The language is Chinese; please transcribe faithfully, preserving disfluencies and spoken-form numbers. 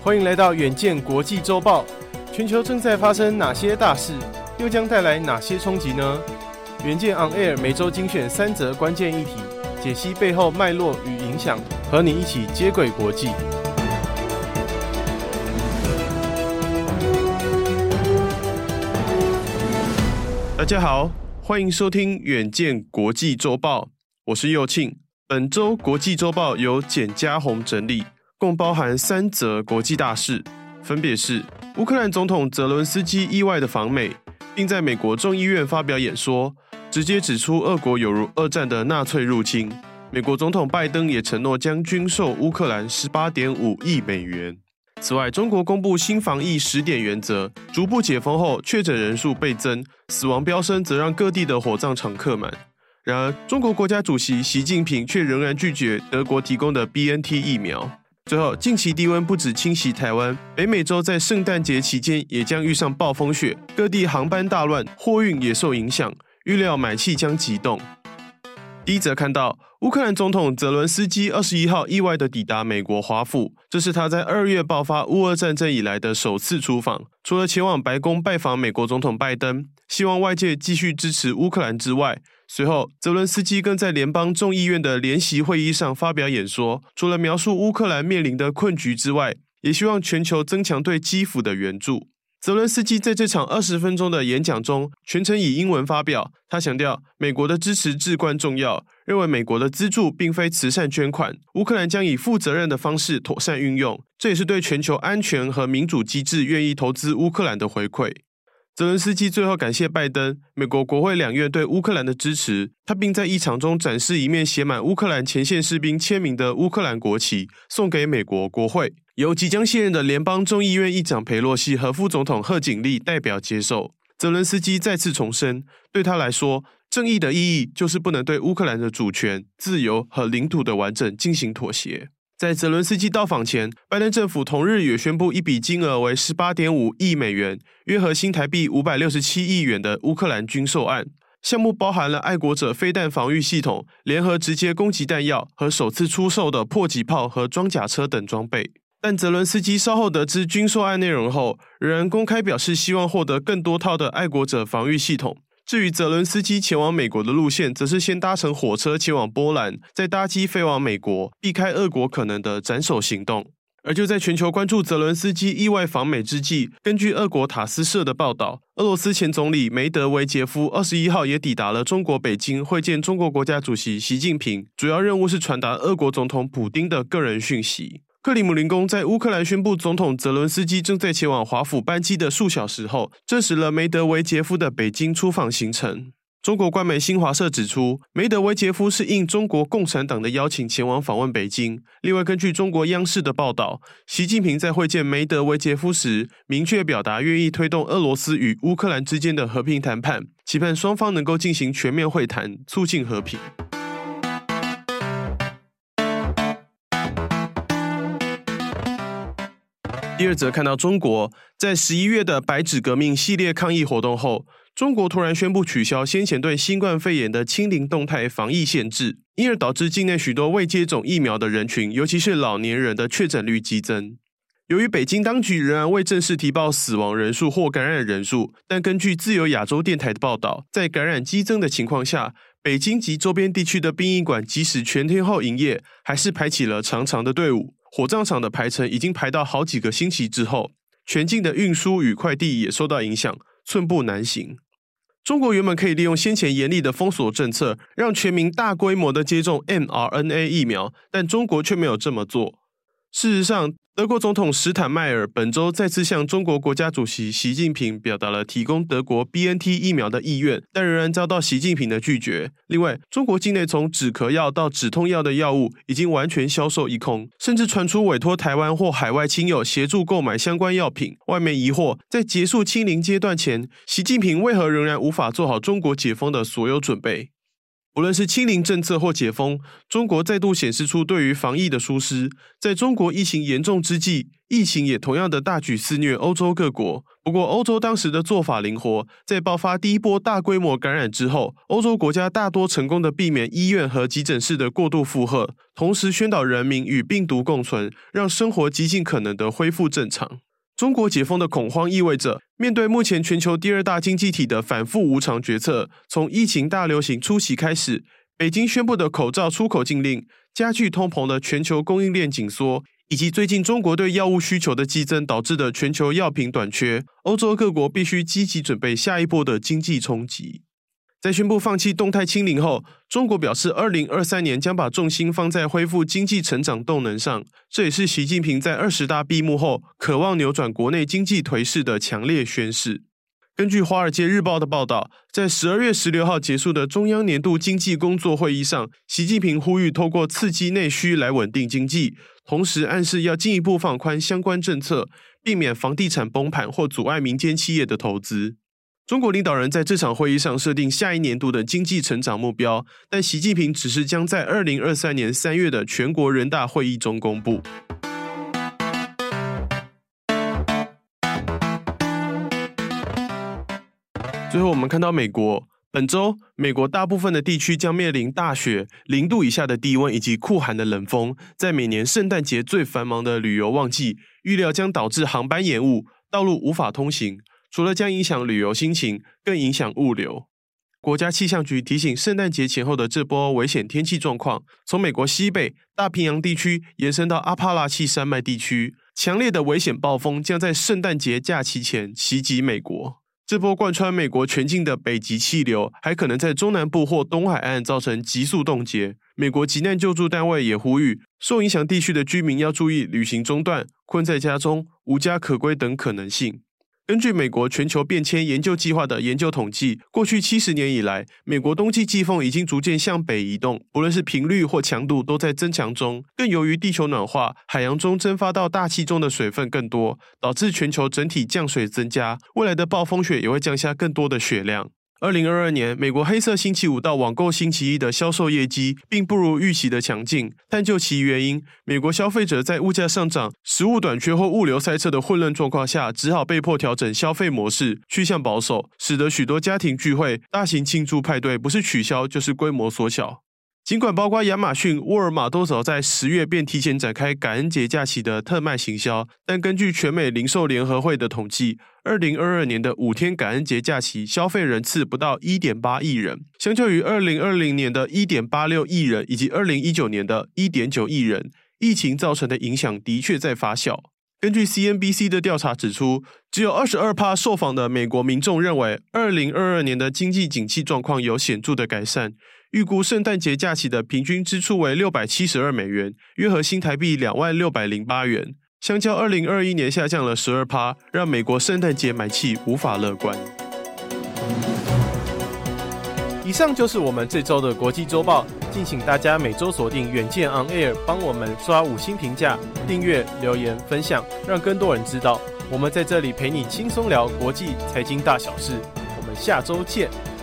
欢迎来到远见国际周报。全球正在发生哪些大事，又将带来哪些冲击呢？远见 On Air 每周精选三则关键议题，解析背后脉络与影响，和你一起接轨国际。大家好，欢迎收听远见国际周报，我是佑庆。本周国际周报由简嘉宏整理，共包含三则国际大事，分别是乌克兰总统泽伦斯基意外的访美，并在美国众议院发表演说，直接指出俄国有如二战的纳粹入侵。美国总统拜登也承诺将军售乌克兰 十八点五亿美元。此外，中国公布新防疫十点原则，逐步解封后，确诊人数倍增，死亡飙升，则让各地的火葬场客满。然而，中国国家主席习近平却仍然拒绝德国提供的 B N T 疫苗。最后，近期低温不止侵袭台湾，北美洲在圣诞节期间也将遇上暴风雪，各地航班大乱，货运也受影响，预料买气将急冻。第一则看到，乌克兰总统泽伦斯基二十一号意外地抵达美国华府，这是他在二月爆发乌俄战争以来的首次出访。除了前往白宫拜访美国总统拜登，希望外界继续支持乌克兰之外，随后泽伦斯基更在联邦众议院的联席会议上发表演说，除了描述乌克兰面临的困局之外，也希望全球增强对基辅的援助。泽伦斯基在这场二十分钟的演讲中全程以英文发表，他强调美国的支持至关重要，认为美国的资助并非慈善捐款，乌克兰将以负责任的方式妥善运用，这也是对全球安全和民主机制愿意投资乌克兰的回馈。泽伦斯基最后感谢拜登、美国国会两院对乌克兰的支持，他并在议场中展示一面写满乌克兰前线士兵签名的乌克兰国旗，送给美国国会，由即将卸任的联邦众议院议长裴洛西和副总统贺锦丽代表接受。泽伦斯基再次重申，对他来说，正义的意义就是不能对乌克兰的主权、自由和领土的完整进行妥协。在泽伦斯基到访前，拜登政府同日也宣布一笔金额为 十八点五亿美元，约合新台币五百六十七亿元的乌克兰军售案。项目包含了爱国者飞弹防御系统、联合直接攻击弹药和首次出售的迫击炮和装甲车等装备。但泽伦斯基稍后得知军售案内容后，仍然公开表示希望获得更多套的爱国者防御系统。至于泽伦斯基前往美国的路线，则是先搭乘火车前往波兰，再搭机飞往美国，避开俄国可能的斩首行动。而就在全球关注泽伦斯基意外访美之际，根据俄国塔斯社的报道，俄罗斯前总理梅德韦杰夫二十一号也抵达了中国北京，会见中国国家主席习近平，主要任务是传达俄国总统普丁的个人讯息。克里姆林宫在乌克兰宣布总统泽伦斯基正在前往华府班机的数小时后，证实了梅德韦杰夫的北京出访行程。中国官媒新华社指出，梅德韦杰夫是应中国共产党的邀请前往访问北京。另外，根据中国央视的报道，习近平在会见梅德韦杰夫时，明确表达愿意推动俄罗斯与乌克兰之间的和平谈判，期盼双方能够进行全面会谈，促进和平。第二则看到中国在十一月的白纸革命系列抗议活动后，中国突然宣布取消先前对新冠肺炎的清零动态防疫限制，因而导致境内许多未接种疫苗的人群，尤其是老年人的确诊率激增。由于北京当局仍然未正式提报死亡人数或感染人数，但根据自由亚洲电台的报道，在感染激增的情况下，北京及周边地区的殡仪馆即使全天候营业，还是排起了长长的队伍。火葬场的排程已经排到好几个星期之后，全境的运输与快递也受到影响，寸步难行。中国原本可以利用先前严厉的封锁政策，让全民大规模的接种 M R N A 疫苗，但中国却没有这么做。事实上，德国总统史坦迈尔本周再次向中国国家主席习近平表达了提供德国 B N T 疫苗的意愿，但仍然遭到习近平的拒绝。另外，中国境内从止咳药到止痛药的药物已经完全销售一空，甚至传出委托台湾或海外亲友协助购买相关药品。外媒疑惑，在结束清零阶段前，习近平为何仍然无法做好中国解封的所有准备？ 不论是清零政策或解封，中国再度显示出对于防疫的疏失。在中国疫情严重之际，疫情也同样的大举肆虐欧洲各国。不过欧洲当时的做法灵活，在爆发第一波大规模感染之后，欧洲国家大多成功的避免医院和急诊室的过度负荷，同时宣导人民与病毒共存，让生活极尽可能的恢复正常。中国解封的恐慌意味着，面对目前全球第二大经济体的反复无常决策，从疫情大流行初期开始，北京宣布的口罩出口禁令，加剧通膨的全球供应链紧缩，以及最近中国对药物需求的激增导致的全球药品短缺，欧洲各国必须积极准备下一波的经济冲击。在宣布放弃动态清零后，中国表示二零二三年将把重心放在恢复经济成长动能上，这也是习近平在二十大闭幕后渴望扭转国内经济颓势的强烈宣示。根据《华尔街日报》的报道，在十二月十六号结束的中央年度经济工作会议上，习近平呼吁透过刺激内需来稳定经济，同时暗示要进一步放宽相关政策，避免房地产崩盘或阻碍民间企业的投资。中国领导人在这场会议上设定下一年度的经济成长目标，但习近平只是将在二零二三年三月的全国人大会议中公布。最后我们看到美国，本周美国大部分的地区将面临大雪、零度以下的低温以及酷寒的冷风，在每年圣诞节最繁忙的旅游旺季，预料将导致航班延误、道路无法通行，除了将影响旅游心情，更影响物流。国家气象局提醒，圣诞节前后的这波危险天气状况，从美国西北、大平洋地区延伸到阿帕拉契山脉地区，强烈的危险暴风将在圣诞节假期前袭击美国。这波贯穿美国全境的北极气流，还可能在中南部或东海岸造成急速冻结。美国急难救助单位也呼吁，受影响地区的居民要注意旅行中断、困在家中、无家可归等可能性。根据美国全球变迁研究计划的研究统计，过去七十年以来，美国冬季季风已经逐渐向北移动，不论是频率或强度都在增强中。更由于地球暖化，海洋中蒸发到大气中的水分更多，导致全球整体降水增加，未来的暴风雪也会降下更多的雪量。二零二二年，美国黑色星期五到网购星期一的销售业绩并不如预期的强劲。探究其原因，美国消费者在物价上涨、食物短缺或物流塞车的混乱状况下，只好被迫调整消费模式，趋向保守，使得许多家庭聚会、大型庆祝派对不是取消就是规模缩小。尽管包括亚马逊、沃尔玛都早在十月便提前展开感恩节假期的特卖行销，但根据全美零售联合会的统计，二零二二年的五天感恩节假期消费人次不到 一点八亿人，相较于二零二零年的 一点八六亿人以及二零一九年的 一点九亿人，疫情造成的影响的确在发酵。根据 C N B C 的调查指出，只有 百分之二十二 受访的美国民众认为二零二二年的经济景气状况有显著的改善，预估圣诞节假期的平均支出为六百七十二美元，约合新台币两万六百零八元，相较二零二一年下降了 百分之十二， 让美国圣诞节买气无法乐观。以上就是我们这周的国际周报，敬请大家每周锁定远见 On Air， 帮我们刷五星评价、订阅、留言、分享，让更多人知道。我们在这里陪你轻松聊国际财经大小事，我们下周见。